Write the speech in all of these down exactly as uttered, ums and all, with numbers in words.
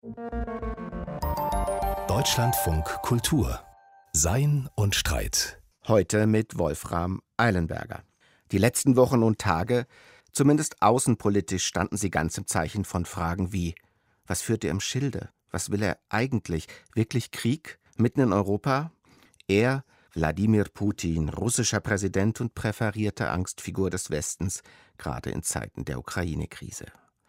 Deutschlandfunk Kultur. Sein und Streit. Heute mit Wolfram Eilenberger. Die letzten Wochen und Tage, zumindest außenpolitisch, standen sie ganz im Zeichen von Fragen wie: Was führt er im Schilde? Was will er eigentlich? Wirklich Krieg? Mitten in Europa? Er, Wladimir Putin, russischer Präsident und präferierte Angstfigur des Westens, gerade in Zeiten der Ukraine-Krise.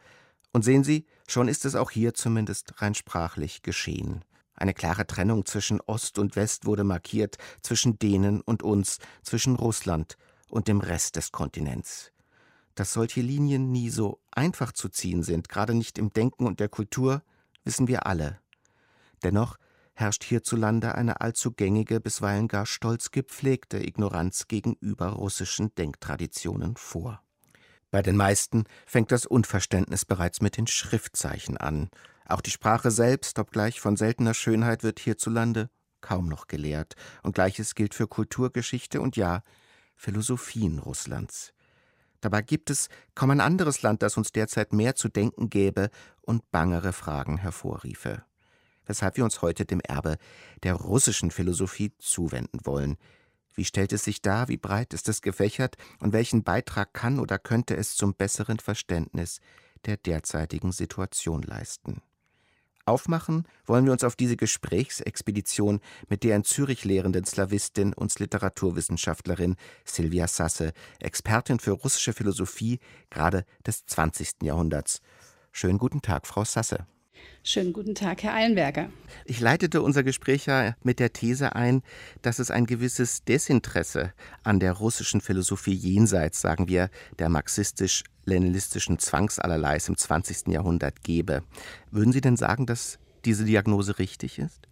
Und sehen Sie, schon ist es auch hier zumindest rein sprachlich geschehen. Eine klare Trennung zwischen Ost und West wurde markiert, zwischen denen und uns, zwischen Russland und dem Rest des Kontinents. Dass solche Linien nie so einfach zu ziehen sind, gerade nicht im Denken und der Kultur, wissen wir alle. Dennoch herrscht hierzulande eine allzu gängige, bisweilen gar stolz gepflegte Ignoranz gegenüber russischen Denktraditionen vor. Bei den meisten fängt das Unverständnis bereits mit den Schriftzeichen an. Auch die Sprache selbst, obgleich von seltener Schönheit, wird hierzulande kaum noch gelehrt. Und Gleiches gilt für Kulturgeschichte und ja, Philosophien Russlands. Dabei gibt es kaum ein anderes Land, das uns derzeit mehr zu denken gäbe und bangere Fragen hervorriefe. Weshalb wir uns heute dem Erbe der russischen Philosophie zuwenden wollen. Wie stellt es sich dar, wie breit ist es gefächert und welchen Beitrag kann oder könnte es zum besseren Verständnis der derzeitigen Situation leisten? Aufmachen wollen wir uns auf diese Gesprächsexpedition mit der in Zürich lehrenden Slawistin und Literaturwissenschaftlerin Silvia Sasse, Expertin für russische Philosophie, gerade des zwanzigsten Jahrhunderts. Schönen guten Tag, Frau Sasse. Schönen guten Tag, Herr Eilenberger. Ich leitete unser Gespräch ja mit der These ein, dass es ein gewisses Desinteresse an der russischen Philosophie jenseits, sagen wir, der marxistisch-leninistischen Zwangsallerleis im zwanzigsten Jahrhundert gäbe. Würden Sie denn sagen, dass diese Diagnose richtig ist?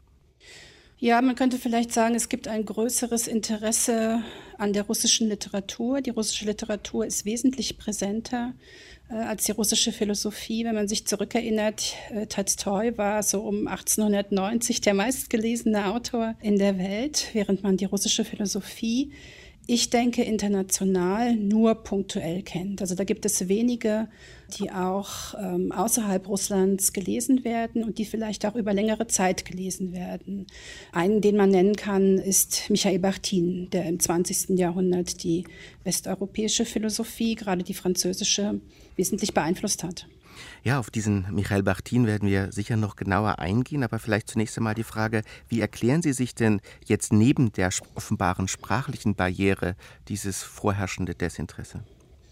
Ja, man könnte vielleicht sagen, es gibt ein größeres Interesse an der russischen Literatur. Die russische Literatur ist wesentlich präsenter äh, als die russische Philosophie. Wenn man sich zurückerinnert, äh, Tolstoi war so um achtzehnhundertneunzig der meistgelesene Autor in der Welt, während man die russische Philosophie, ich denke, international nur punktuell kennt. Also da gibt es wenige, die auch ähm, außerhalb Russlands gelesen werden und die vielleicht auch über längere Zeit gelesen werden. Einen, den man nennen kann, ist Michael Bachtin, der im zwanzigsten Jahrhundert die westeuropäische Philosophie, gerade die französische, wesentlich beeinflusst hat. Ja, auf diesen Michael Bachtin werden wir sicher noch genauer eingehen, aber vielleicht zunächst einmal die Frage, wie erklären Sie sich denn jetzt neben der offenbaren sprachlichen Barriere dieses vorherrschende Desinteresse?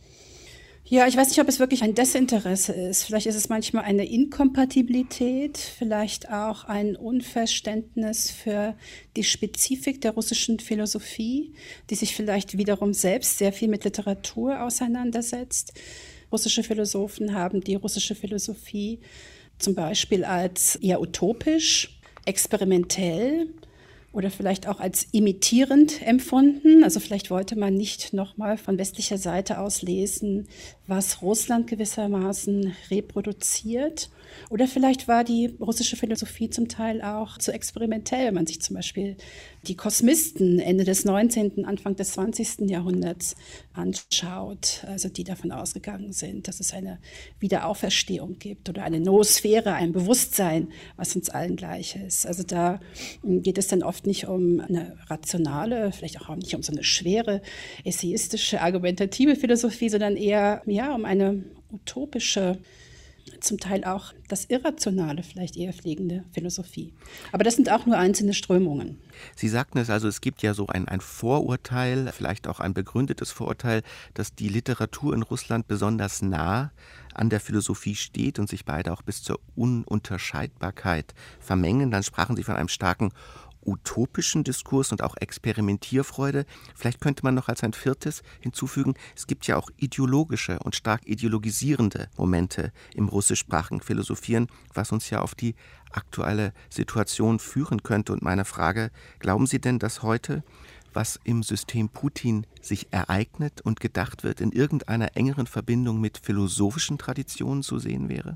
Ja, ich weiß nicht, ob es wirklich ein Desinteresse ist. Vielleicht ist es manchmal eine Inkompatibilität, vielleicht auch ein Unverständnis für die Spezifik der russischen Philosophie, die sich vielleicht wiederum selbst sehr viel mit Literatur auseinandersetzt. Russische Philosophen haben die russische Philosophie zum Beispiel als eher utopisch, experimentell oder vielleicht auch als imitierend empfunden. Also vielleicht wollte man nicht nochmal von westlicher Seite aus lesen, was Russland gewissermaßen reproduziert. Oder vielleicht war die russische Philosophie zum Teil auch zu experimentell, wenn man sich zum Beispiel die Kosmisten Ende des neunzehnten, Anfang des zwanzigsten Jahrhunderts anschaut, also die davon ausgegangen sind, dass es eine Wiederauferstehung gibt oder eine Noosphäre, ein Bewusstsein, was uns allen gleich ist. Also da geht es dann oft nicht um eine rationale, vielleicht auch nicht um so eine schwere, essayistische, argumentative Philosophie, sondern eher ja, um eine utopische, zum Teil auch das Irrationale, vielleicht eher pflegende Philosophie. Aber das sind auch nur einzelne Strömungen. Sie sagten es also, es gibt ja so ein, ein Vorurteil, vielleicht auch ein begründetes Vorurteil, dass die Literatur in Russland besonders nah an der Philosophie steht und sich beide auch bis zur Ununterscheidbarkeit vermengen. Dann sprachen Sie von einem starken utopischen Diskurs und auch Experimentierfreude. Vielleicht könnte man noch als ein viertes hinzufügen, es gibt ja auch ideologische und stark ideologisierende Momente im russischsprachigen Philosophieren, was uns ja auf die aktuelle Situation führen könnte. Und meine Frage, glauben Sie denn, dass heute, was im System Putin sich ereignet und gedacht wird, in irgendeiner engeren Verbindung mit philosophischen Traditionen zu sehen wäre?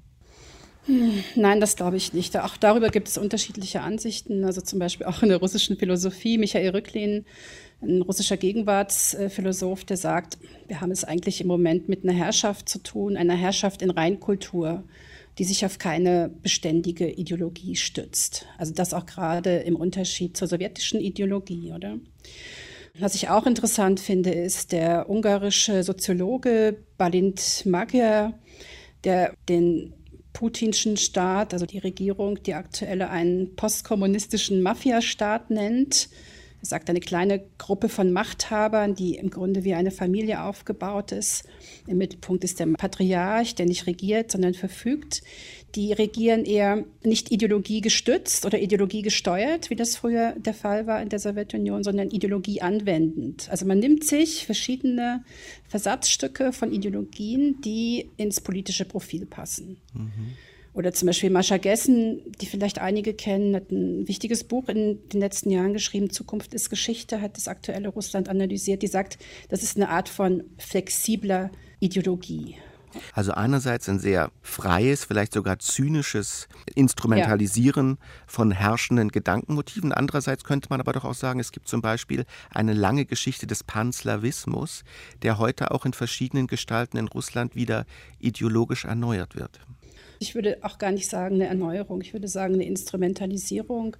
Nein, das glaube ich nicht. Auch darüber gibt es unterschiedliche Ansichten. Also zum Beispiel auch in der russischen Philosophie. Michail Rücklin, ein russischer Gegenwartsphilosoph, der sagt, wir haben es eigentlich im Moment mit einer Herrschaft zu tun, einer Herrschaft in Reinkultur. die sich auf keine beständige Ideologie stützt. Also das auch gerade im Unterschied zur sowjetischen Ideologie, oder? Was ich auch interessant finde, ist der ungarische Soziologe Balint Magyar, der den putinschen Staat, also die Regierung, die aktuelle, einen postkommunistischen Mafiastaat nennt. Er sagt, eine kleine Gruppe von Machthabern, die im Grunde wie eine Familie aufgebaut ist. Im Mittelpunkt ist der Patriarch, der nicht regiert, sondern verfügt. Die regieren eher nicht ideologiegestützt oder ideologiegesteuert, wie das früher der Fall war in der Sowjetunion, sondern ideologieanwendend. Also man nimmt sich verschiedene Versatzstücke von Ideologien, die ins politische Profil passen. Mhm. Oder zum Beispiel Mascha Gessen, die vielleicht einige kennen, hat ein wichtiges Buch in den letzten Jahren geschrieben, Zukunft ist Geschichte, hat das aktuelle Russland analysiert. Die sagt, das ist eine Art von flexibler Ideologie. Also einerseits ein sehr freies, vielleicht sogar zynisches Instrumentalisieren ja. von herrschenden Gedankenmotiven. Andererseits könnte man aber doch auch sagen, es gibt zum Beispiel eine lange Geschichte des Panslawismus, der heute auch in verschiedenen Gestalten in Russland wieder ideologisch erneuert wird. Ich würde auch gar nicht sagen eine Erneuerung, ich würde sagen eine Instrumentalisierung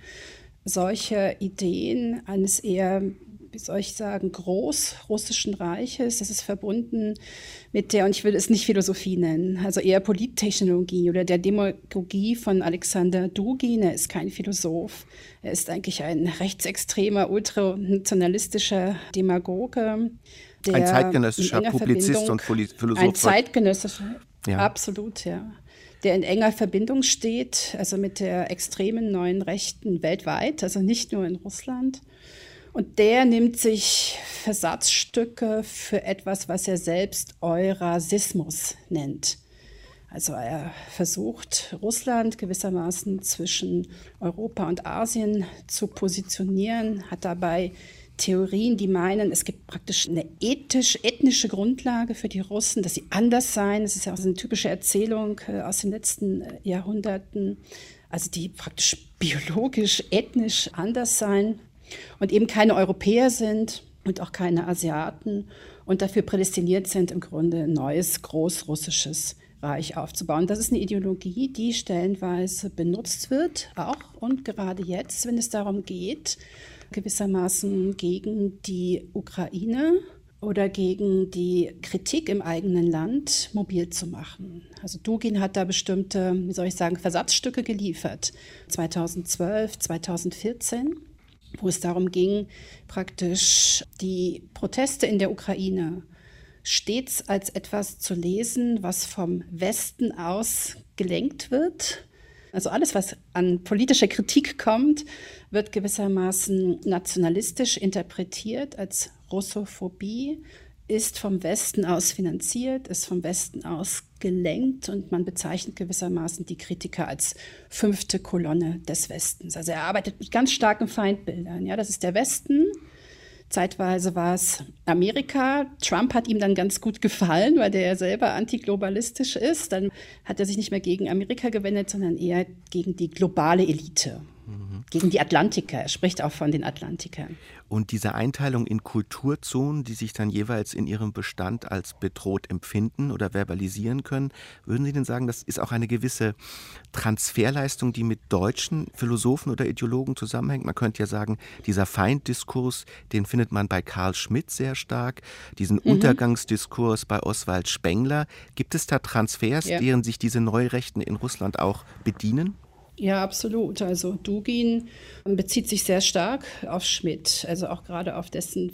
solcher Ideen eines eher, wie soll ich sagen, großrussischen Reiches. Das ist verbunden mit der, und ich würde es nicht Philosophie nennen, also eher Polittechnologie oder der Demagogie von Alexander Dugin. Er ist kein Philosoph, er ist eigentlich ein rechtsextremer, ultranationalistischer Demagoge. Der ein zeitgenössischer Publizist und Philosoph. Ein zeitgenössischer, ja. Absolut, ja. Der in enger Verbindung steht, also mit der extremen neuen Rechten weltweit, also nicht nur in Russland. Und der nimmt sich Versatzstücke für etwas, was er selbst Eurasismus nennt. Also er versucht, Russland gewissermaßen zwischen Europa und Asien zu positionieren, hat dabei Theorien, die meinen, es gibt praktisch eine ethisch, ethnische Grundlage für die Russen, dass sie anders seien. Das ist ja auch so eine typische Erzählung aus den letzten Jahrhunderten, also die praktisch biologisch, ethnisch anders seien und eben keine Europäer sind und auch keine Asiaten und dafür prädestiniert sind, im Grunde ein neues, großrussisches Reich aufzubauen. Das ist eine Ideologie, die stellenweise benutzt wird, auch und gerade jetzt, wenn es darum geht, gewissermaßen gegen die Ukraine oder gegen die Kritik im eigenen Land mobil zu machen. Also Dugin hat da bestimmte, wie soll ich sagen, Versatzstücke geliefert. zweitausendzwölf, zweitausendvierzehn, wo es darum ging, praktisch die Proteste in der Ukraine stets als etwas zu lesen, was vom Westen aus gelenkt wird. Also alles, was an politischer Kritik kommt, wird gewissermaßen nationalistisch interpretiert als Russophobie, ist vom Westen aus finanziert, ist vom Westen aus gelenkt und man bezeichnet gewissermaßen die Kritiker als fünfte Kolonne des Westens. Also er arbeitet mit ganz starken Feindbildern. Ja, das ist der Westen. Zeitweise war es Amerika. Trump hat ihm dann ganz gut gefallen, weil der ja selber antiglobalistisch ist. Dann hat er sich nicht mehr gegen Amerika gewendet, sondern eher gegen die globale Elite, mhm. gegen die Atlantiker. Er spricht auch von den Atlantikern. Und diese Einteilung in Kulturzonen, die sich dann jeweils in ihrem Bestand als bedroht empfinden oder verbalisieren können, würden Sie denn sagen, das ist auch eine gewisse Transferleistung, die mit deutschen Philosophen oder Ideologen zusammenhängt? Man könnte ja sagen, dieser Feinddiskurs, den findet man bei Carl Schmitt sehr stark, diesen mhm. Untergangsdiskurs bei Oswald Spengler. Gibt es da Transfers, ja. deren sich diese Neurechten in Russland auch bedienen? Ja, absolut. Also Dugin bezieht sich sehr stark auf Schmitt, also auch gerade auf dessen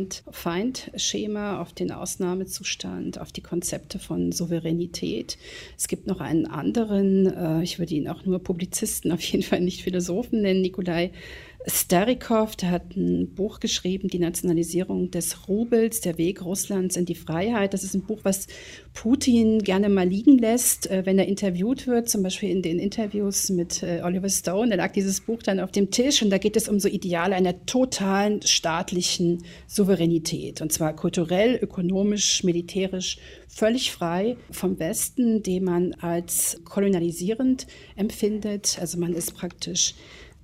Freund-Feind-Schema, auf den Ausnahmezustand, auf die Konzepte von Souveränität. Es gibt noch einen anderen, ich würde ihn auch nur Publizisten, auf jeden Fall nicht Philosophen nennen, Nikolai Starikov, der hat ein Buch geschrieben, Die Nationalisierung des Rubels, der Weg Russlands in die Freiheit. Das ist ein Buch, was Putin gerne mal liegen lässt, wenn er interviewt wird, zum Beispiel in den Interviews mit Oliver Stone. Da lag dieses Buch dann auf dem Tisch und da geht es um so Ideale einer totalen staatlichen Souveränität. Und zwar kulturell, ökonomisch, militärisch, völlig frei vom Westen, den man als kolonialisierend empfindet. Also man ist praktisch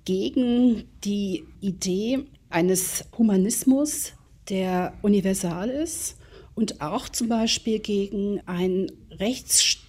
gegen die Idee eines Humanismus, der universal ist und auch zum Beispiel gegen ein Rechtsstaat,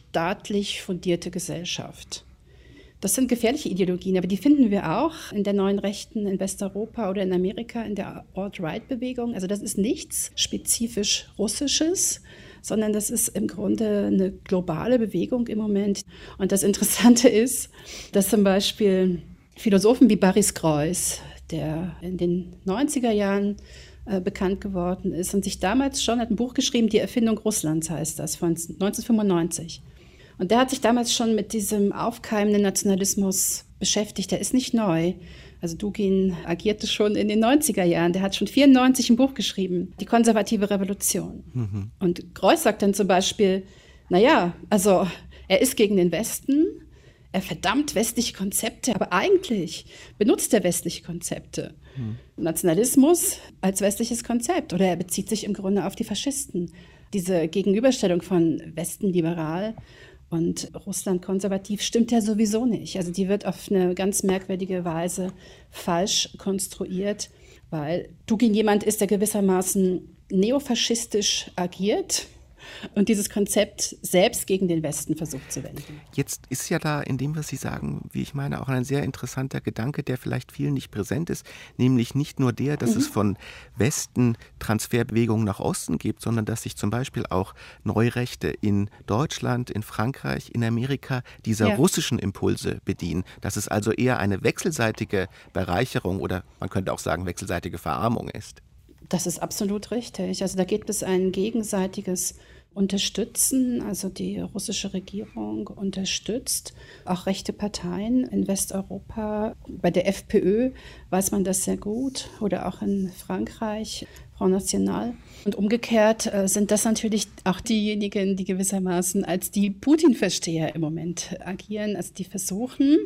staatlich fundierte Gesellschaft. Das sind gefährliche Ideologien, aber die finden wir auch in der neuen Rechten in Westeuropa oder in Amerika in der Alt-Right-Bewegung. Also das ist nichts spezifisch Russisches, sondern das ist im Grunde eine globale Bewegung im Moment. Und das Interessante ist, dass zum Beispiel Philosophen wie Boris Groys, der in den neunziger Jahren äh, bekannt geworden ist und sich damals schon, hat ein Buch geschrieben, Die Erfindung Russlands heißt das, von neunzehnhundertfünfundneunzig. Und der hat sich damals schon mit diesem aufkeimenden Nationalismus beschäftigt. Der ist nicht neu. Also Dugin agierte schon in den neunziger Jahren. Der hat schon vierundneunzig ein Buch geschrieben, Die konservative Revolution. Mhm. Und Groys sagt dann zum Beispiel, naja, also er ist gegen den Westen, er verdammt westliche Konzepte, aber eigentlich benutzt er westliche Konzepte. Mhm. Nationalismus als westliches Konzept. Oder er bezieht sich im Grunde auf die Faschisten. Diese Gegenüberstellung von Westen liberal und Russland konservativ stimmt ja sowieso nicht. Also die wird auf eine ganz merkwürdige Weise falsch konstruiert, weil Dugin jemand ist, der gewissermaßen neofaschistisch agiert und dieses Konzept selbst gegen den Westen versucht zu wenden. Jetzt ist ja da in dem, was Sie sagen, wie ich meine, auch ein sehr interessanter Gedanke, der vielleicht vielen nicht präsent ist, nämlich nicht nur der, dass mhm. es von Westen Transferbewegungen nach Osten gibt, sondern dass sich zum Beispiel auch Neurechte in Deutschland, in Frankreich, in Amerika dieser ja. russischen Impulse bedienen. Dass es also eher eine wechselseitige Bereicherung oder man könnte auch sagen wechselseitige Verarmung ist. Das ist absolut richtig. Also da gibt es ein gegenseitiges Unterstützen. Also die russische Regierung unterstützt auch rechte Parteien in Westeuropa. Bei der FPÖ weiß man das sehr gut oder auch in Frankreich, Front National. Und umgekehrt äh, sind das natürlich auch diejenigen, die gewissermaßen als die Putin-Versteher im Moment agieren. Also die versuchen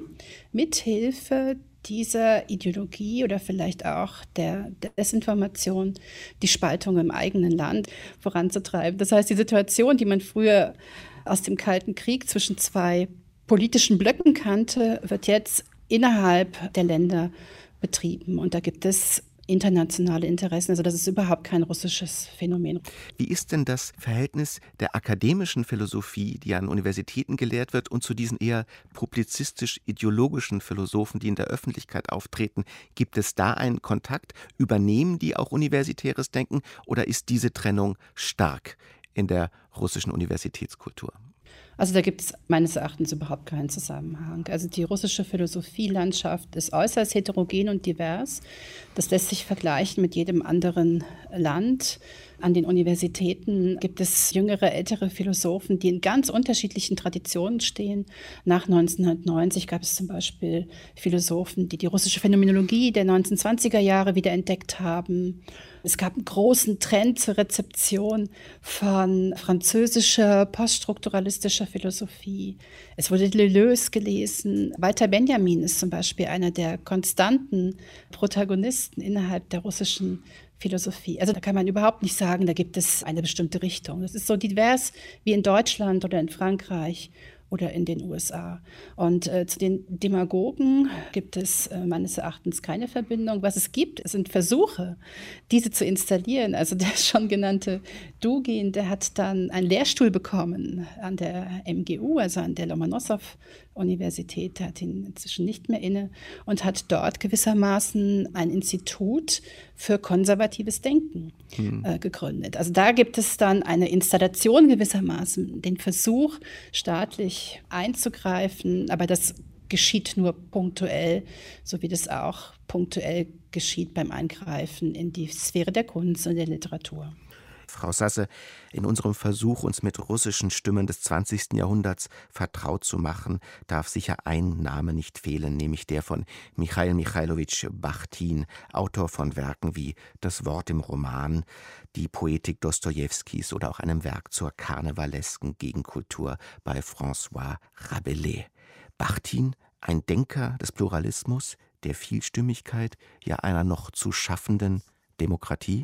mithilfe dieser Ideologie oder vielleicht auch der Desinformation die Spaltung im eigenen Land voranzutreiben. Das heißt, die Situation, die man früher aus dem Kalten Krieg zwischen zwei politischen Blöcken kannte, wird jetzt innerhalb der Länder betrieben. Und da gibt es internationale Interessen. Also das ist überhaupt kein russisches Phänomen. Wie ist denn das Verhältnis der akademischen Philosophie, die an Universitäten gelehrt wird, und zu diesen eher publizistisch-ideologischen Philosophen, die in der Öffentlichkeit auftreten? Gibt es da einen Kontakt? Übernehmen die auch universitäres Denken oder ist diese Trennung stark in der russischen Universitätskultur? Also da gibt es meines Erachtens überhaupt keinen Zusammenhang. Also die russische Philosophielandschaft ist äußerst heterogen und divers. Das lässt sich vergleichen mit jedem anderen Land. An den Universitäten gibt es jüngere, ältere Philosophen, die in ganz unterschiedlichen Traditionen stehen. Nach neunzehnhundertneunzig gab es zum Beispiel Philosophen, die die russische Phänomenologie der neunzehnhundertzwanziger Jahre wiederentdeckt haben. Es gab einen großen Trend zur Rezeption von französischer poststrukturalistischer Philosophie. Es wurde Deleuze gelesen. Walter Benjamin ist zum Beispiel einer der konstanten Protagonisten innerhalb der russischen Philosophie. Also da kann man überhaupt nicht sagen, da gibt es eine bestimmte Richtung. Das ist so divers wie in Deutschland oder in Frankreich oder in den U S A. Und äh, zu den Demagogen gibt es äh, meines Erachtens keine Verbindung. Was es gibt, sind Versuche, diese zu installieren. Also der schon genannte Dugin, der hat dann einen Lehrstuhl bekommen an der M G U, also an der Lomonossow-Universität, der hat ihn inzwischen nicht mehr inne und hat dort gewissermaßen ein Institut für konservatives Denken hm. äh, gegründet. Also da gibt es dann eine Installation gewissermaßen, den Versuch, staatlich einzugreifen, aber das geschieht nur punktuell, so wie das auch punktuell geschieht beim Eingreifen in die Sphäre der Kunst und der Literatur. Frau Sasse, in unserem Versuch, uns mit russischen Stimmen des zwanzigsten Jahrhunderts vertraut zu machen, darf sicher ein Name nicht fehlen, nämlich der von Michail Michailowitsch Bachtin, Autor von Werken wie Das Wort im Roman, die Poetik Dostojewskis oder auch einem Werk zur karnevalesken Gegenkultur bei François Rabelais. Bachtin, ein Denker des Pluralismus, der Vielstimmigkeit, ja einer noch zu schaffenden Demokratie?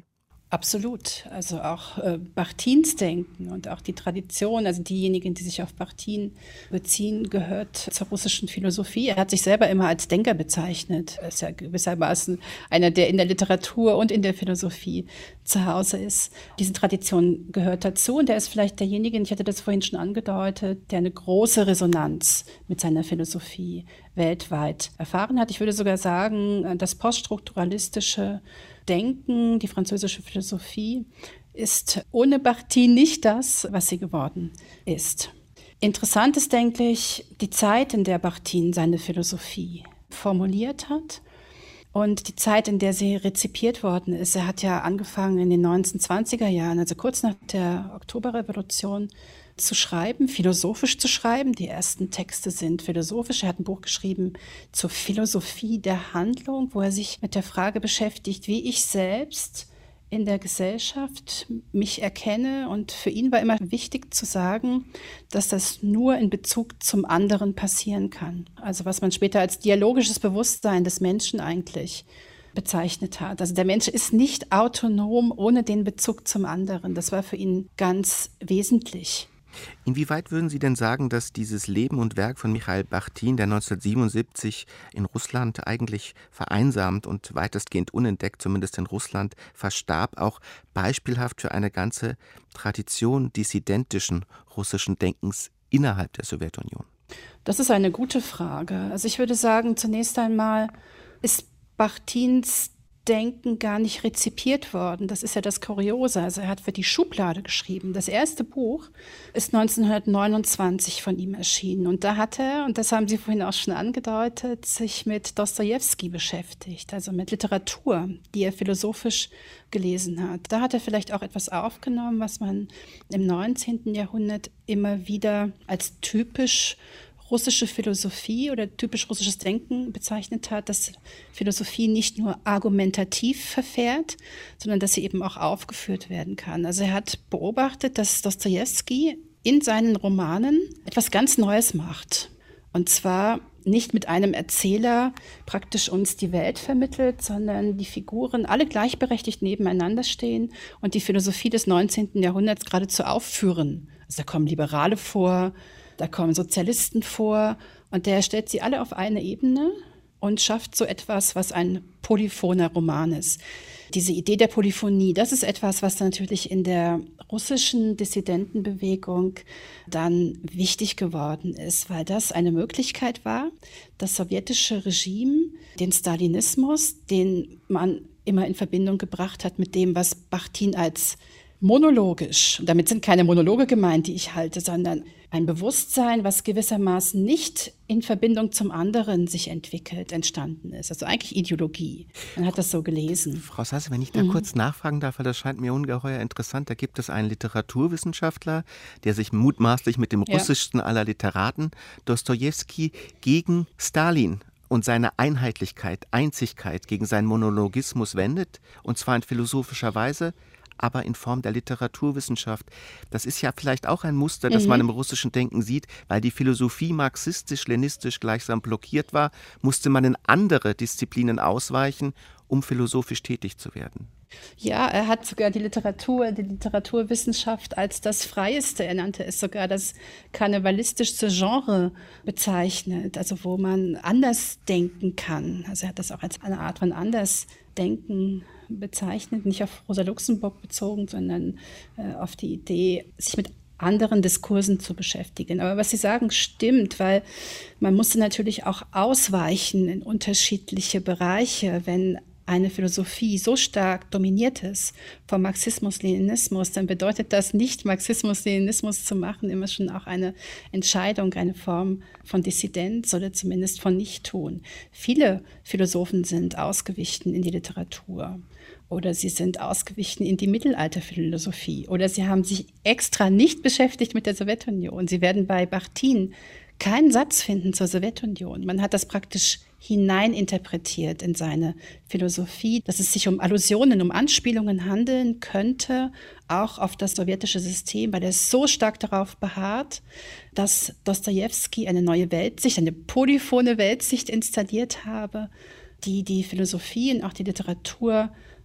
Absolut. Also auch äh, Bachtins Denken und auch die Tradition, also diejenigen, die sich auf Bachtin beziehen, gehört zur russischen Philosophie. Er hat sich selber immer als Denker bezeichnet. Er ist ja gewissermaßen einer, der in der Literatur und in der Philosophie zu Hause ist. Diese Tradition gehört dazu und er ist vielleicht derjenige, ich hatte das vorhin schon angedeutet, der eine große Resonanz mit seiner Philosophie weltweit erfahren hat. Ich würde sogar sagen, das poststrukturalistische Denken, die französische Philosophie, ist ohne Bachtin nicht das, was sie geworden ist. Interessant ist, denke ich, die Zeit, in der Bachtin seine Philosophie formuliert hat und die Zeit, in der sie rezipiert worden ist. Er hat ja angefangen in den neunzehnhundertzwanziger Jahren, also kurz nach der Oktoberrevolution, zu schreiben, philosophisch zu schreiben. Die ersten Texte sind philosophisch. Er hat ein Buch geschrieben zur Philosophie der Handlung, wo er sich mit der Frage beschäftigt, wie ich selbst in der Gesellschaft mich erkenne. Und für ihn war immer wichtig zu sagen, dass das nur in Bezug zum anderen passieren kann. Also was man später als dialogisches Bewusstsein des Menschen eigentlich bezeichnet hat. Also der Mensch ist nicht autonom ohne den Bezug zum anderen. Das war für ihn ganz wesentlich. Inwieweit würden Sie denn sagen, dass dieses Leben und Werk von Michail Bachtin, der neunzehnhundertsiebenundsiebzig in Russland eigentlich vereinsamt und weitestgehend unentdeckt, zumindest in Russland, verstarb, auch beispielhaft für eine ganze Tradition dissidentischen russischen Denkens innerhalb der Sowjetunion? Das ist eine gute Frage. Also ich würde sagen, zunächst einmal ist Bachtins Denken gar nicht rezipiert worden. Das ist ja das Kuriose. Also er hat für die Schublade geschrieben. Das erste Buch ist neunzehnhundertneunundzwanzig von ihm erschienen. Und da hat er, und das haben Sie vorhin auch schon angedeutet, sich mit Dostojewski beschäftigt, also mit Literatur, die er philosophisch gelesen hat. Da hat er vielleicht auch etwas aufgenommen, was man im neunzehnten Jahrhundert immer wieder als typisch russische Philosophie oder typisch russisches Denken bezeichnet hat, dass Philosophie nicht nur argumentativ verfährt, sondern dass sie eben auch aufgeführt werden kann. Also er hat beobachtet, dass Dostojewski in seinen Romanen etwas ganz Neues macht. Und zwar nicht mit einem Erzähler praktisch uns die Welt vermittelt, sondern die Figuren alle gleichberechtigt nebeneinander stehen und die Philosophie des neunzehnten Jahrhunderts geradezu aufführen. Also da kommen Liberale vor, da kommen Sozialisten vor und der stellt sie alle auf eine Ebene und schafft so etwas, was ein polyphoner Roman ist. Diese Idee der Polyphonie, das ist etwas, was natürlich in der russischen Dissidentenbewegung dann wichtig geworden ist, weil das eine Möglichkeit war, das sowjetische Regime, den Stalinismus, den man immer in Verbindung gebracht hat mit dem, was Bachtin als monologisch, und damit sind keine Monologe gemeint, die ich halte, sondern ein Bewusstsein, was gewissermaßen nicht in Verbindung zum anderen sich entwickelt, entstanden ist. Also eigentlich Ideologie. Man hat das so gelesen. Frau Sasse, wenn ich da mhm. kurz nachfragen darf, weil das scheint mir ungeheuer interessant. Da gibt es einen Literaturwissenschaftler, der sich mutmaßlich mit dem ja. russischsten aller Literaten, Dostojewski, gegen Stalin und seine Einheitlichkeit, Einzigkeit, gegen seinen Monologismus wendet, und zwar in philosophischer Weise, aber in Form der Literaturwissenschaft. Das ist ja vielleicht auch ein Muster, das mhm. man im russischen Denken sieht, weil die Philosophie marxistisch-leninistisch gleichsam blockiert war, musste man in andere Disziplinen ausweichen, um philosophisch tätig zu werden. Ja, er hat sogar die Literatur, die Literaturwissenschaft als das Freieste, er nannte es sogar das karnevalistischste Genre bezeichnet, also wo man anders denken kann. Also er hat das auch als eine Art von Andersdenken bezeichnet, nicht auf Rosa Luxemburg bezogen, sondern äh, auf die Idee, sich mit anderen Diskursen zu beschäftigen. Aber was Sie sagen, stimmt, weil man musste natürlich auch ausweichen in unterschiedliche Bereiche. Wenn eine Philosophie so stark dominiert ist vom Marxismus-Leninismus, dann bedeutet das nicht, Marxismus-Leninismus zu machen, immer schon auch eine Entscheidung, eine Form von Dissidenz oder zumindest von Nichttun. Viele Philosophen sind ausgewichen in die Literatur oder sie sind ausgewichen in die Mittelalterphilosophie oder sie haben sich extra nicht beschäftigt mit der Sowjetunion. Sie werden bei Bachtin keinen Satz finden zur Sowjetunion. Man hat das praktisch hineininterpretiert in seine Philosophie, dass es sich um Allusionen, um Anspielungen handeln könnte, auch auf das sowjetische System, weil er so stark darauf beharrt, dass Dostojewski eine neue Weltsicht, eine polyphone Weltsicht installiert habe, die die Philosophie und auch die Literatur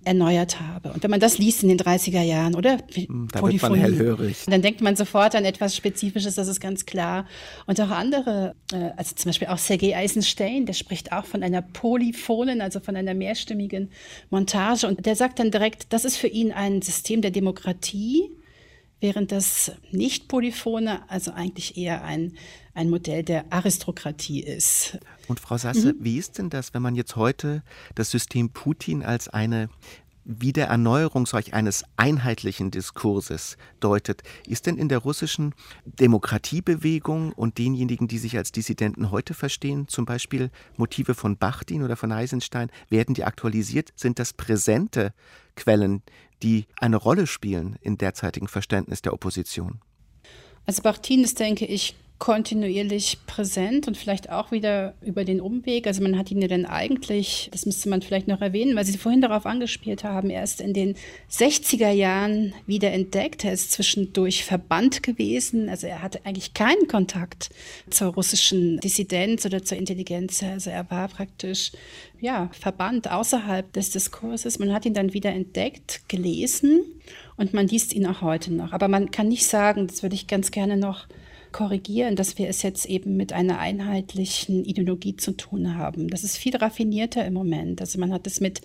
erneuert habe. Und wenn man das liest in den dreißiger Jahren, oder? Da wird man hellhörig. Dann denkt man sofort an etwas Spezifisches, das ist ganz klar. Und auch andere, also zum Beispiel auch Sergei Eisenstein, der spricht auch von einer polyphonen, also von einer mehrstimmigen Montage. Und der sagt dann direkt, das ist für ihn ein System der Demokratie, während das nicht-polyphone also eigentlich eher ein, ein Modell der Aristokratie ist. Und Frau Sasse, Mhm. wie ist denn das, wenn man jetzt heute das System Putin als eine Wiedererneuerung solch eines einheitlichen Diskurses deutet? Ist denn in der russischen Demokratiebewegung und denjenigen, die sich als Dissidenten heute verstehen, zum Beispiel Motive von Bachtin oder von Eisenstein, werden die aktualisiert? Sind das präsente Quellen, die eine Rolle spielen im derzeitigen Verständnis der Opposition? Also Bachtin ist, denke ich, kontinuierlich präsent und vielleicht auch wieder über den Umweg. Also man hat ihn ja dann eigentlich, das müsste man vielleicht noch erwähnen, weil Sie vorhin darauf angespielt haben, erst in den sechziger Jahren wieder entdeckt. Er ist zwischendurch verbannt gewesen. Also er hatte eigentlich keinen Kontakt zur russischen Dissidenz oder zur Intelligenz. Also er war praktisch ja, verbannt außerhalb des Diskurses. Man hat ihn dann wieder entdeckt, gelesen und man liest ihn auch heute noch. Aber man kann nicht sagen, das würde ich ganz gerne noch korrigieren, dass wir es jetzt eben mit einer einheitlichen Ideologie zu tun haben. Das ist viel raffinierter im Moment. Also man hat es mit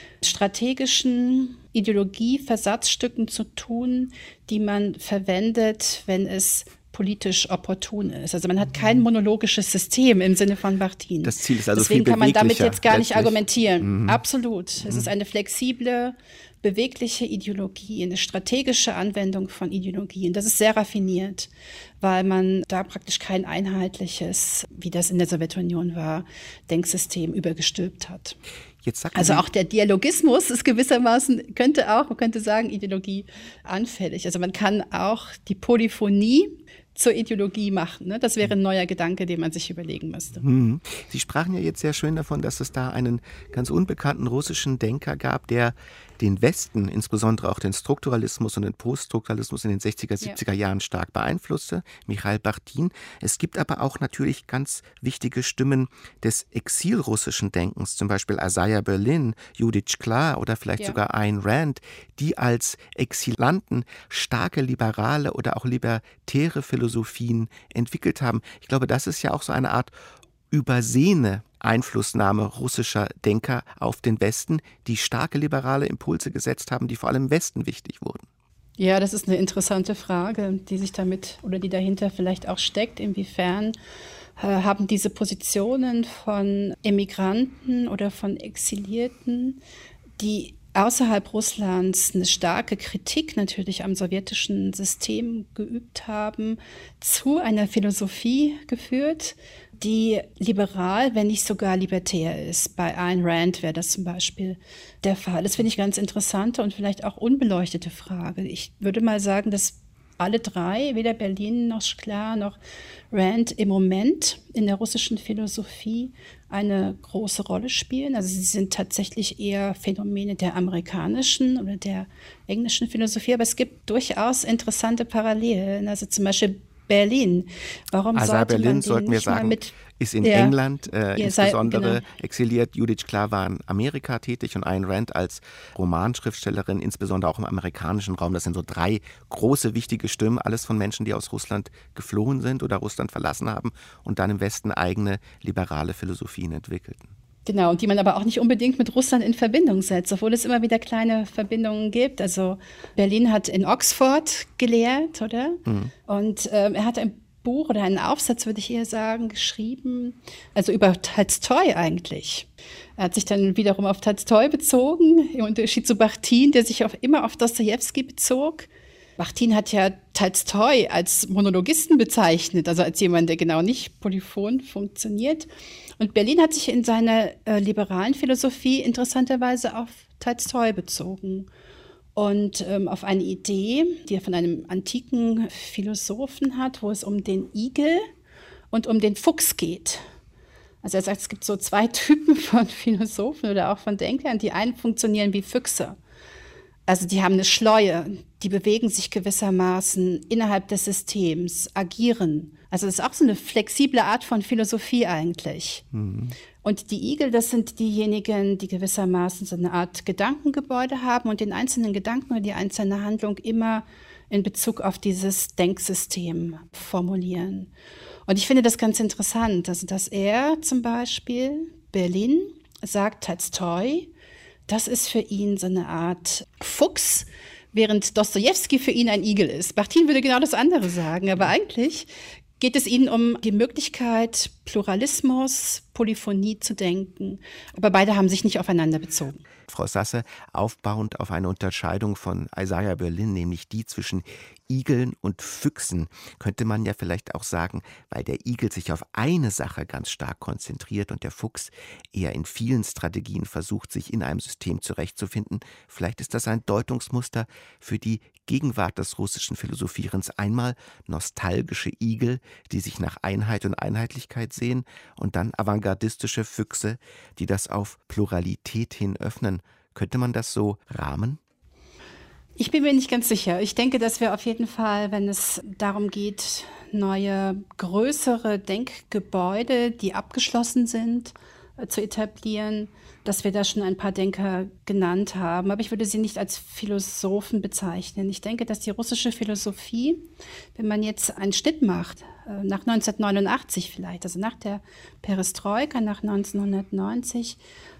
strategischen Ideologieversatzstücken zu tun, die man verwendet, wenn es politisch opportun ist. Also man hat kein monologisches System im Sinne von Bachtin. Das Ziel ist also Deswegen viel kann man damit beweglicher jetzt gar nicht letztlich. argumentieren. Mhm. Absolut. Es ist eine flexible, bewegliche Ideologie, eine strategische Anwendung von Ideologien. Das ist sehr raffiniert, weil man da praktisch kein einheitliches, wie das in der Sowjetunion war, Denksystem übergestülpt hat. Jetzt sagen Also Sie, auch der Dialogismus ist gewissermaßen, könnte auch, man könnte sagen, Ideologie anfällig. Also man kann auch die Polyphonie zur Ideologie machen. Ne? Das wäre ein neuer Gedanke, den man sich überlegen müsste. Mhm. Sie sprachen ja jetzt sehr schön davon, dass es da einen ganz unbekannten russischen Denker gab, der den Westen, insbesondere auch den Strukturalismus und den Poststrukturalismus in den sechziger, siebziger Jahren stark beeinflusste, Michail Bachtin. Es gibt aber auch natürlich ganz wichtige Stimmen des exilrussischen Denkens, zum Beispiel Isaiah Berlin, Judith Shklar oder vielleicht Ja. sogar Ayn Rand, die als Exilanten starke liberale oder auch libertäre Philosophien entwickelt haben. Ich glaube, das ist ja auch so eine Art übersehene Einflussnahme russischer Denker auf den Westen, die starke liberale Impulse gesetzt haben, die vor allem im Westen wichtig wurden. Ja, das ist eine interessante Frage, die sich damit oder die dahinter vielleicht auch steckt. Inwiefern äh, haben diese Positionen von Emigranten oder von Exilierten, die außerhalb Russlands eine starke Kritik natürlich am sowjetischen System geübt haben, zu einer Philosophie geführt, die liberal, wenn nicht sogar libertär ist. Bei Ayn Rand wäre das zum Beispiel der Fall. Das finde ich ganz interessante und vielleicht auch unbeleuchtete Frage. Ich würde mal sagen, dass alle drei, weder Berlin noch Shklar noch Rand, im Moment in der russischen Philosophie eine große Rolle spielen. Also sie sind tatsächlich eher Phänomene der amerikanischen oder der englischen Philosophie, aber es gibt durchaus interessante Parallelen. Also zum Beispiel Berlin. Warum Isaiah sollte Berlin, man den sollten wir nicht mal sagen, mit ist in Ja. England äh, Ja, sei- insbesondere genau. exiliert. Judith Shklar war in Amerika tätig und Ayn Rand als Romanschriftstellerin, insbesondere auch im amerikanischen Raum. Das sind so drei große, wichtige Stimmen, alles von Menschen, die aus Russland geflohen sind oder Russland verlassen haben und dann im Westen eigene liberale Philosophien entwickelten. Genau, die man aber auch nicht unbedingt mit Russland in Verbindung setzt, obwohl es immer wieder kleine Verbindungen gibt. Also Berlin hat in Oxford gelehrt, oder? Mhm. Und ähm, er hat ein Buch oder einen Aufsatz, würde ich eher sagen, geschrieben, also über Tolstoi eigentlich. Er hat sich dann wiederum auf Tolstoi bezogen, im Unterschied zu Bachtin, der sich auf, immer auf Dostojewski bezog. Bachtin hat ja Tolstoi als Monologisten bezeichnet, also als jemand, der genau nicht polyphon funktioniert. Und Berlin hat sich in seiner äh, liberalen Philosophie interessanterweise auf Tolstoi bezogen und ähm, auf eine Idee, die er von einem antiken Philosophen hat, wo es um den Igel und um den Fuchs geht. Also er sagt, es gibt so zwei Typen von Philosophen oder auch von Denkern. Die einen funktionieren wie Füchse. Also die haben eine Schleue, die bewegen sich gewissermaßen innerhalb des Systems, agieren Also das ist auch so eine flexible Art von Philosophie eigentlich. Mhm. Und die Igel, das sind diejenigen, die gewissermaßen so eine Art Gedankengebäude haben und den einzelnen Gedanken oder die einzelne Handlung immer in Bezug auf dieses Denksystem formulieren. Und ich finde das ganz interessant, also dass er zum Beispiel, Berlin, sagt Tolstoi, das ist für ihn so eine Art Fuchs, während Dostojewski für ihn ein Igel ist. Bachtin würde genau das andere sagen, aber eigentlich geht es ihnen um die Möglichkeit, Pluralismus, Polyphonie zu denken. Aber beide haben sich nicht aufeinander bezogen. Frau Sasse, aufbauend auf eine Unterscheidung von Isaiah Berlin, nämlich die zwischen Igeln und Füchsen, könnte man ja vielleicht auch sagen, weil der Igel sich auf eine Sache ganz stark konzentriert und der Fuchs eher in vielen Strategien versucht, sich in einem System zurechtzufinden. Vielleicht ist das ein Deutungsmuster für die Gegenwart des russischen Philosophierens. Einmal nostalgische Igel, die sich nach Einheit und Einheitlichkeit sehen, und dann avantgardistische Füchse, die das auf Pluralität hin öffnen. Könnte man das so rahmen? Ich bin mir nicht ganz sicher. Ich denke, dass wir auf jeden Fall, wenn es darum geht, neue, größere Denkgebäude, die abgeschlossen sind, äh, zu etablieren, dass wir da schon ein paar Denker genannt haben. Aber ich würde sie nicht als Philosophen bezeichnen. Ich denke, dass die russische Philosophie, wenn man jetzt einen Schnitt macht, äh, nach neunzehnhundertneunundachtzig vielleicht, also nach der Perestroika, nach neunzehnhundertneunzig,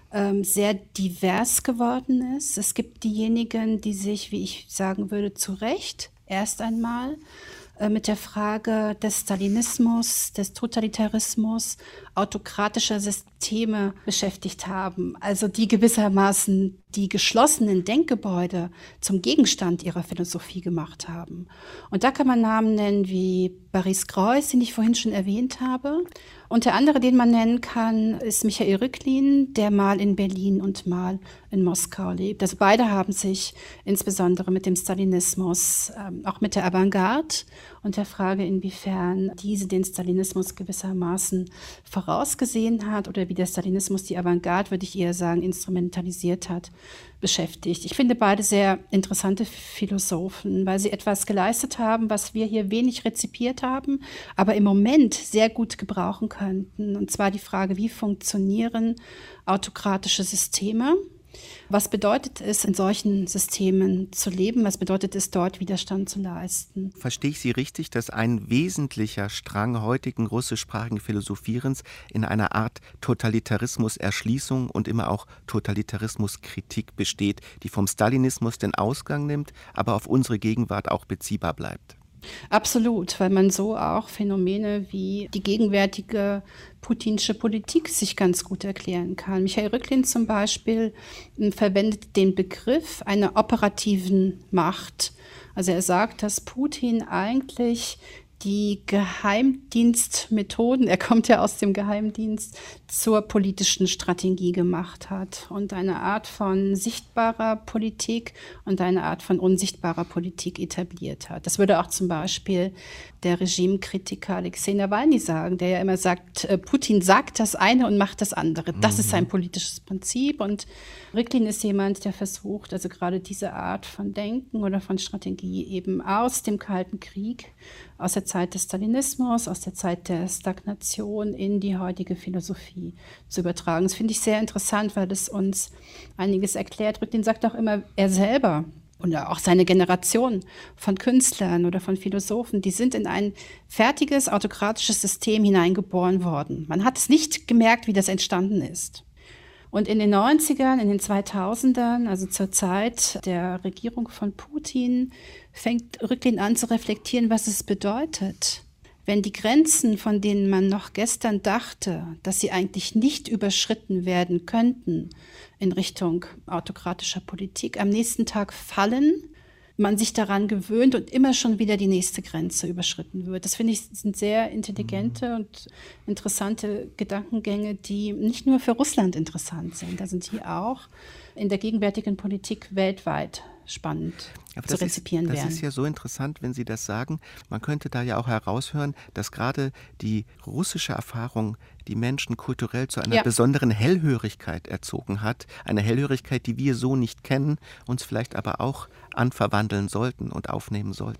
sehr divers geworden ist. Es gibt diejenigen, die sich, wie ich sagen würde, zu Recht erst einmal äh, mit der Frage des Stalinismus, des Totalitarismus, autokratischer Systeme beschäftigt haben. Also die gewissermaßen die geschlossenen Denkgebäude zum Gegenstand ihrer Philosophie gemacht haben. Und da kann man Namen nennen wie Boris Groys, den ich vorhin schon erwähnt habe. Und der andere, den man nennen kann, ist Michail Rücklin, der mal in Berlin und mal in Moskau lebt. Also beide haben sich insbesondere mit dem Stalinismus, ähm, auch mit der Avantgarde und der Frage, inwiefern diese den Stalinismus gewissermaßen vorausgesehen hat oder wie der Stalinismus die Avantgarde, würde ich eher sagen, instrumentalisiert hat, beschäftigt. Ich finde beide sehr interessante Philosophen, weil sie etwas geleistet haben, was wir hier wenig rezipiert haben, aber im Moment sehr gut gebrauchen könnten. Und zwar die Frage, wie funktionieren autokratische Systeme? Was bedeutet es, in solchen Systemen zu leben? Was bedeutet es, dort Widerstand zu leisten? Verstehe ich Sie richtig, dass ein wesentlicher Strang heutigen russischsprachigen Philosophierens in einer Art Totalitarismus-Erschließung und immer auch Totalitarismus-Kritik besteht, die vom Stalinismus den Ausgang nimmt, aber auf unsere Gegenwart auch beziehbar bleibt? Absolut, weil man so auch Phänomene wie die gegenwärtige putinsche Politik sich ganz gut erklären kann. Michail Rücklin zum Beispiel verwendet den Begriff einer operativen Macht. Also er sagt, dass Putin eigentlich die Geheimdienstmethoden, er kommt ja aus dem Geheimdienst, zur politischen Strategie gemacht hat und eine Art von sichtbarer Politik und eine Art von unsichtbarer Politik etabliert hat. Das würde auch zum Beispiel der Regimekritiker Alexei Nawalny sagen, der ja immer sagt, Putin sagt das eine und macht das andere. Das mhm. ist sein politisches Prinzip, und Rücklin ist jemand, der versucht, also gerade diese Art von Denken oder von Strategie eben aus dem Kalten Krieg, aus der Zeit des Stalinismus, aus der Zeit der Stagnation in die heutige Philosophie zu übertragen. Das finde ich sehr interessant, weil das uns einiges erklärt. Rücklin sagt auch immer, er selber oder auch seine Generation von Künstlern oder von Philosophen, die sind in ein fertiges autokratisches System hineingeboren worden. Man hat es nicht gemerkt, wie das entstanden ist. Und in den neunzigern, in den zweitausendern, also zur Zeit der Regierung von Putin, fängt Rücklin an zu reflektieren, was es bedeutet, wenn die Grenzen, von denen man noch gestern dachte, dass sie eigentlich nicht überschritten werden könnten in Richtung autokratischer Politik, am nächsten Tag fallen, man sich daran gewöhnt und immer schon wieder die nächste Grenze überschritten wird. Das finde ich sind sehr intelligente und interessante Gedankengänge, die nicht nur für Russland interessant sind, da sind die auch in der gegenwärtigen Politik weltweit spannend Aber zu rezipieren ist, das werden. ist ja so interessant, wenn Sie das sagen. Man könnte da ja auch heraushören, dass gerade die russische Erfahrung die Menschen kulturell zu einer ja. besonderen Hellhörigkeit erzogen hat. Eine Hellhörigkeit, die wir so nicht kennen, uns vielleicht aber auch anverwandeln sollten und aufnehmen sollten.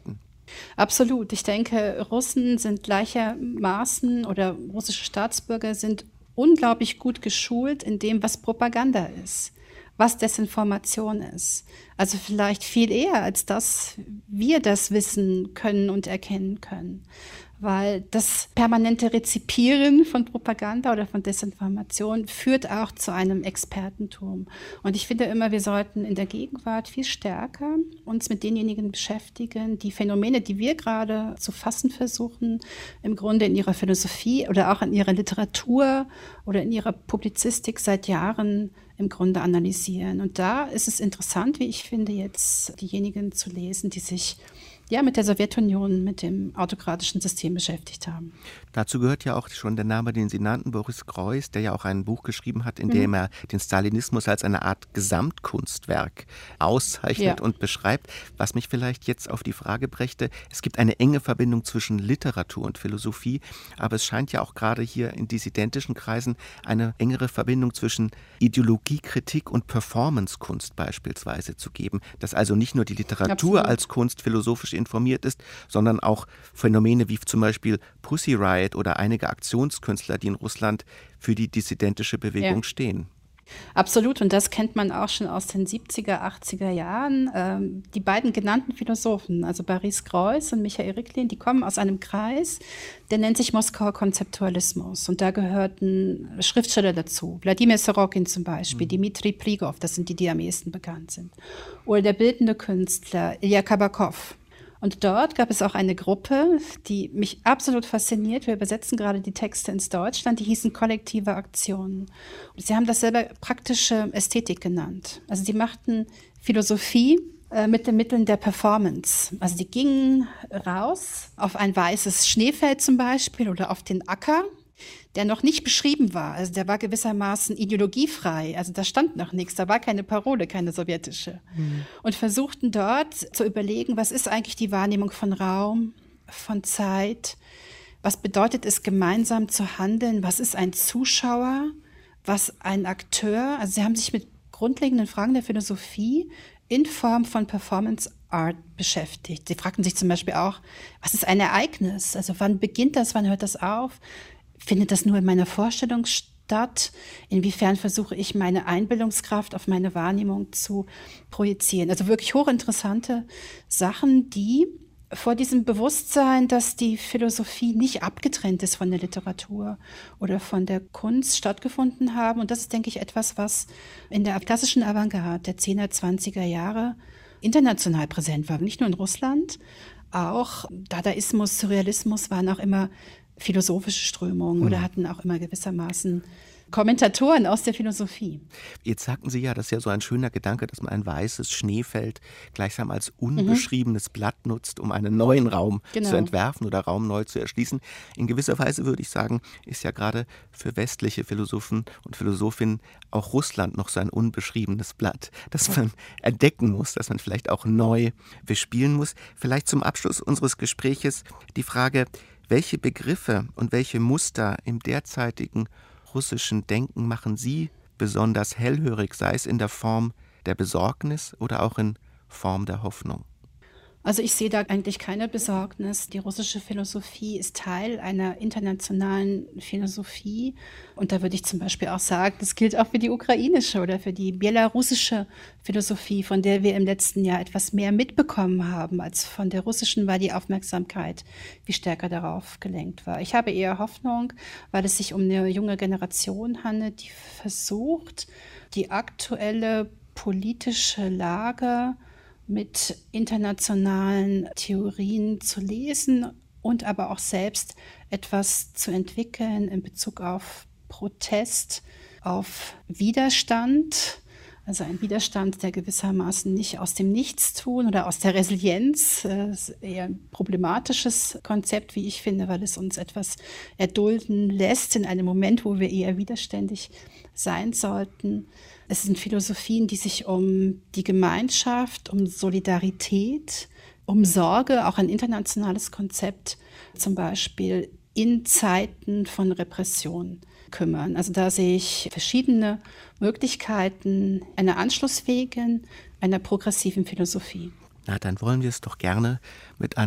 Absolut. Ich denke, Russen sind gleichermaßen oder russische Staatsbürger sind unglaublich gut geschult in dem, was Propaganda ist, was Desinformation ist. Also vielleicht viel eher, als dass wir das wissen können und erkennen können. Weil das permanente Rezipieren von Propaganda oder von Desinformation führt auch zu einem Expertentum. Und ich finde immer, wir sollten in der Gegenwart viel stärker uns mit denjenigen beschäftigen, die Phänomene, die wir gerade zu fassen versuchen, im Grunde in ihrer Philosophie oder auch in ihrer Literatur oder in ihrer Publizistik seit Jahren im Grunde analysieren. Und da ist es interessant, wie ich finde, jetzt diejenigen zu lesen, die sich ja mit der Sowjetunion, mit dem autokratischen System beschäftigt haben. Dazu gehört ja auch schon der Name, den Sie nannten, Boris Groys, der ja auch ein Buch geschrieben hat, in dem mhm. er den Stalinismus als eine Art Gesamtkunstwerk auszeichnet ja. und beschreibt, was mich vielleicht jetzt auf die Frage brächte, es gibt eine enge Verbindung zwischen Literatur und Philosophie, aber es scheint ja auch gerade hier in dissidentischen Kreisen eine engere Verbindung zwischen Ideologiekritik und Performancekunst beispielsweise zu geben, dass also nicht nur die Literatur Absolut. Als Kunst philosophisch informiert ist, sondern auch Phänomene wie zum Beispiel Pussy Riot oder einige Aktionskünstler, die in Russland für die dissidentische Bewegung ja. stehen. Absolut, und das kennt man auch schon aus den siebziger, achtziger Jahren. Ähm, die beiden genannten Philosophen, also Boris Groys und Michael Ricklin, die kommen aus einem Kreis, der nennt sich Moskauer Konzeptualismus. Und da gehörten Schriftsteller dazu, Wladimir Sorokin zum Beispiel, mhm. Dmitri Prigov, das sind die, die am ehesten bekannt sind. Oder der bildende Künstler Ilya Kabakov. Und dort gab es auch eine Gruppe, die mich absolut fasziniert. Wir übersetzen gerade die Texte ins Deutschland. Die hießen Kollektive Aktionen. Und sie haben das selber praktische Ästhetik genannt. Also die machten Philosophie äh, mit den Mitteln der Performance. Also die gingen raus auf ein weißes Schneefeld zum Beispiel oder auf den Acker, der noch nicht beschrieben war. Also der war gewissermaßen ideologiefrei. Also da stand noch nichts, da war keine Parole, keine sowjetische. Mhm. Und versuchten dort zu überlegen, was ist eigentlich die Wahrnehmung von Raum, von Zeit? Was bedeutet es, gemeinsam zu handeln? Was ist ein Zuschauer? Was ein Akteur? Also sie haben sich mit grundlegenden Fragen der Philosophie in Form von Performance Art beschäftigt. Sie fragten sich zum Beispiel auch, was ist ein Ereignis? Also wann beginnt das, wann hört das auf? Findet das nur in meiner Vorstellung statt? Inwiefern versuche ich, meine Einbildungskraft auf meine Wahrnehmung zu projizieren? Also wirklich hochinteressante Sachen, die vor diesem Bewusstsein, dass die Philosophie nicht abgetrennt ist von der Literatur oder von der Kunst, stattgefunden haben. Und das ist, denke ich, etwas, was in der klassischen Avantgarde der zehner, zwanziger Jahre international präsent war. Nicht nur in Russland, auch Dadaismus, Surrealismus waren auch immer philosophische Strömungen mhm. oder hatten auch immer gewissermaßen Kommentatoren aus der Philosophie. Jetzt sagten Sie ja, das ist ja so ein schöner Gedanke, dass man ein weißes Schneefeld gleichsam als unbeschriebenes mhm. Blatt nutzt, um einen neuen Raum genau. zu entwerfen oder Raum neu zu erschließen. In gewisser Weise würde ich sagen, ist ja gerade für westliche Philosophen und Philosophinnen auch Russland noch so ein unbeschriebenes Blatt, das man entdecken muss, das man vielleicht auch neu bespielen muss. Vielleicht zum Abschluss unseres Gespräches die Frage, welche Begriffe und welche Muster im derzeitigen russischen Denken machen Sie besonders hellhörig, sei es in der Form der Besorgnis oder auch in Form der Hoffnung? Also ich sehe da eigentlich keine Besorgnis. Die russische Philosophie ist Teil einer internationalen Philosophie. Und da würde ich zum Beispiel auch sagen, das gilt auch für die ukrainische oder für die belarussische Philosophie, von der wir im letzten Jahr etwas mehr mitbekommen haben als von der russischen, weil die Aufmerksamkeit viel stärker darauf gelenkt war. Ich habe eher Hoffnung, weil es sich um eine junge Generation handelt, die versucht, die aktuelle politische Lage mit internationalen Theorien zu lesen und aber auch selbst etwas zu entwickeln in Bezug auf Protest, auf Widerstand. Also ein Widerstand, der gewissermaßen nicht aus dem Nichtstun oder aus der Resilienz, das ist eher ein problematisches Konzept, wie ich finde, weil es uns etwas erdulden lässt in einem Moment, wo wir eher widerständig sein sollten. Es sind Philosophien, die sich um die Gemeinschaft, um Solidarität, um Sorge, auch ein internationales Konzept, zum Beispiel in Zeiten von Repression kümmern. Also da sehe ich verschiedene Möglichkeiten einer anschlussfähigen, einer progressiven Philosophie. Na, dann wollen wir es doch gerne mit einem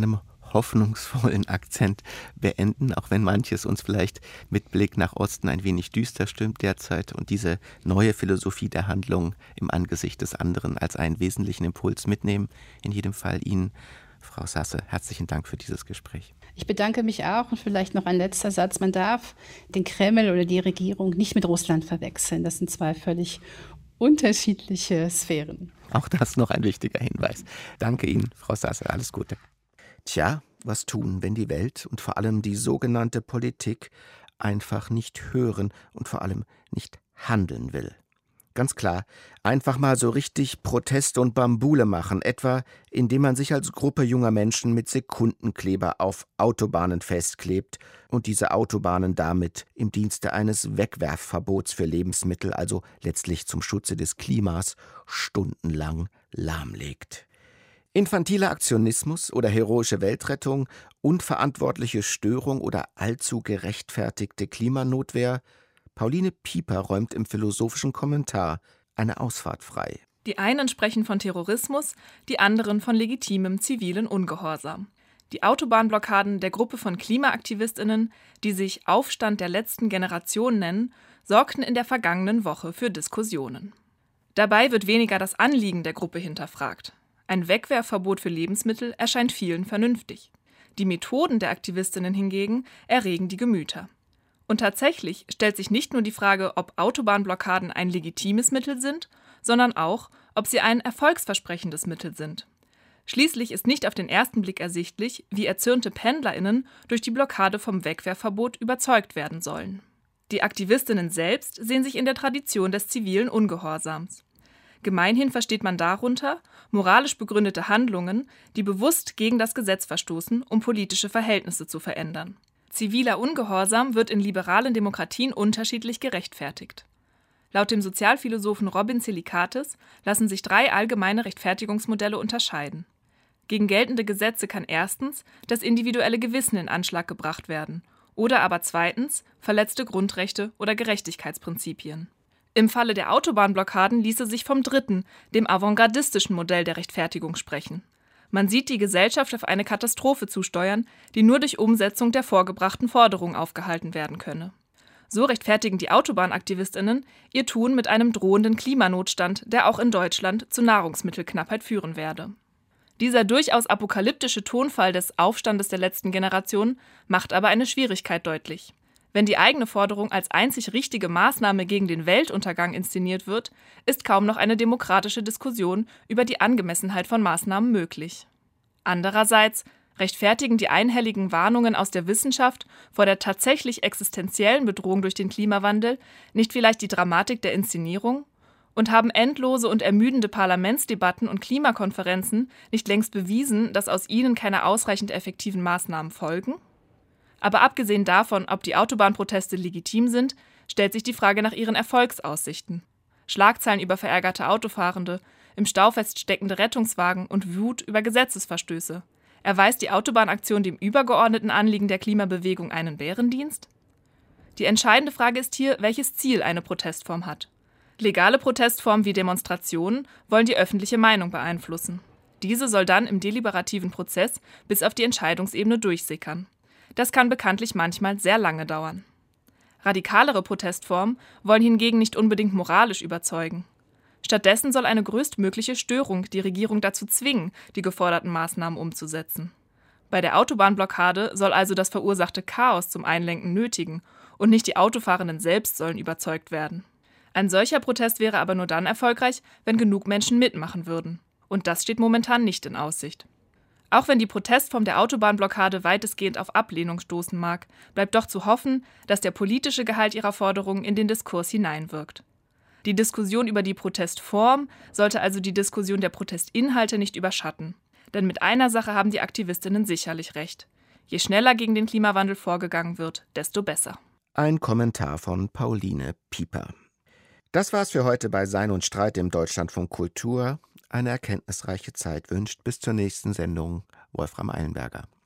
hoffnungsvollen Akzent beenden, auch wenn manches uns vielleicht mit Blick nach Osten ein wenig düster stimmt derzeit und diese neue Philosophie der Handlung im Angesicht des anderen als einen wesentlichen Impuls mitnehmen. In jedem Fall Ihnen, Frau Sasse, herzlichen Dank für dieses Gespräch. Ich bedanke mich auch und vielleicht noch ein letzter Satz. Man darf den Kreml oder die Regierung nicht mit Russland verwechseln. Das sind zwei völlig unterschiedliche Sphären. Auch das noch ein wichtiger Hinweis. Danke Ihnen, Frau Sasse. Alles Gute. Tja, was tun, wenn die Welt und vor allem die sogenannte Politik einfach nicht hören und vor allem nicht handeln will? Ganz klar, einfach mal so richtig Proteste und Bambule machen, etwa indem man sich als Gruppe junger Menschen mit Sekundenkleber auf Autobahnen festklebt und diese Autobahnen damit im Dienste eines Wegwerfverbots für Lebensmittel, also letztlich zum Schutze des Klimas, stundenlang lahmlegt. Infantiler Aktionismus oder heroische Weltrettung, unverantwortliche Störung oder allzu gerechtfertigte Klimanotwehr? Pauline Pieper räumt im philosophischen Kommentar eine Ausfahrt frei. Die einen sprechen von Terrorismus, die anderen von legitimem zivilen Ungehorsam. Die Autobahnblockaden der Gruppe von KlimaaktivistInnen, die sich Aufstand der letzten Generation nennen, sorgten in der vergangenen Woche für Diskussionen. Dabei wird weniger das Anliegen der Gruppe hinterfragt. Ein Wegwerfverbot für Lebensmittel erscheint vielen vernünftig. Die Methoden der Aktivistinnen hingegen erregen die Gemüter. Und tatsächlich stellt sich nicht nur die Frage, ob Autobahnblockaden ein legitimes Mittel sind, sondern auch, ob sie ein erfolgsversprechendes Mittel sind. Schließlich ist nicht auf den ersten Blick ersichtlich, wie erzürnte PendlerInnen durch die Blockade vom Wegwerfverbot überzeugt werden sollen. Die Aktivistinnen selbst sehen sich in der Tradition des zivilen Ungehorsams. Gemeinhin versteht man darunter moralisch begründete Handlungen, die bewusst gegen das Gesetz verstoßen, um politische Verhältnisse zu verändern. Ziviler Ungehorsam wird in liberalen Demokratien unterschiedlich gerechtfertigt. Laut dem Sozialphilosophen Robin Zelikates lassen sich drei allgemeine Rechtfertigungsmodelle unterscheiden. Gegen geltende Gesetze kann erstens das individuelle Gewissen in Anschlag gebracht werden oder aber zweitens verletzte Grundrechte oder Gerechtigkeitsprinzipien. Im Falle der Autobahnblockaden ließe sich vom dritten, dem avantgardistischen Modell der Rechtfertigung sprechen. Man sieht die Gesellschaft auf eine Katastrophe zusteuern, die nur durch Umsetzung der vorgebrachten Forderungen aufgehalten werden könne. So rechtfertigen die AutobahnaktivistInnen ihr Tun mit einem drohenden Klimanotstand, der auch in Deutschland zu Nahrungsmittelknappheit führen werde. Dieser durchaus apokalyptische Tonfall des Aufstandes der letzten Generation macht aber eine Schwierigkeit deutlich. Wenn die eigene Forderung als einzig richtige Maßnahme gegen den Weltuntergang inszeniert wird, ist kaum noch eine demokratische Diskussion über die Angemessenheit von Maßnahmen möglich. Andererseits rechtfertigen die einhelligen Warnungen aus der Wissenschaft vor der tatsächlich existenziellen Bedrohung durch den Klimawandel nicht vielleicht die Dramatik der Inszenierung? Und haben endlose und ermüdende Parlamentsdebatten und Klimakonferenzen nicht längst bewiesen, dass aus ihnen keine ausreichend effektiven Maßnahmen folgen? Aber abgesehen davon, ob die Autobahnproteste legitim sind, stellt sich die Frage nach ihren Erfolgsaussichten. Schlagzeilen über verärgerte Autofahrende, im Stau feststeckende Rettungswagen und Wut über Gesetzesverstöße. Erweist die Autobahnaktion dem übergeordneten Anliegen der Klimabewegung einen Bärendienst? Die entscheidende Frage ist hier, welches Ziel eine Protestform hat. Legale Protestformen wie Demonstrationen wollen die öffentliche Meinung beeinflussen. Diese soll dann im deliberativen Prozess bis auf die Entscheidungsebene durchsickern. Das kann bekanntlich manchmal sehr lange dauern. Radikalere Protestformen wollen hingegen nicht unbedingt moralisch überzeugen. Stattdessen soll eine größtmögliche Störung die Regierung dazu zwingen, die geforderten Maßnahmen umzusetzen. Bei der Autobahnblockade soll also das verursachte Chaos zum Einlenken nötigen und nicht die Autofahrenden selbst sollen überzeugt werden. Ein solcher Protest wäre aber nur dann erfolgreich, wenn genug Menschen mitmachen würden. Und das steht momentan nicht in Aussicht. Auch wenn die Protestform der Autobahnblockade weitestgehend auf Ablehnung stoßen mag, bleibt doch zu hoffen, dass der politische Gehalt ihrer Forderungen in den Diskurs hineinwirkt. Die Diskussion über die Protestform sollte also die Diskussion der Protestinhalte nicht überschatten. Denn mit einer Sache haben die Aktivistinnen sicherlich recht. Je schneller gegen den Klimawandel vorgegangen wird, desto besser. Ein Kommentar von Pauline Pieper. Das war's für heute bei Sein und Streit im Deutschlandfunk Kultur. Eine erkenntnisreiche Zeit wünscht bis zur nächsten Sendung Wolfram Eilenberger.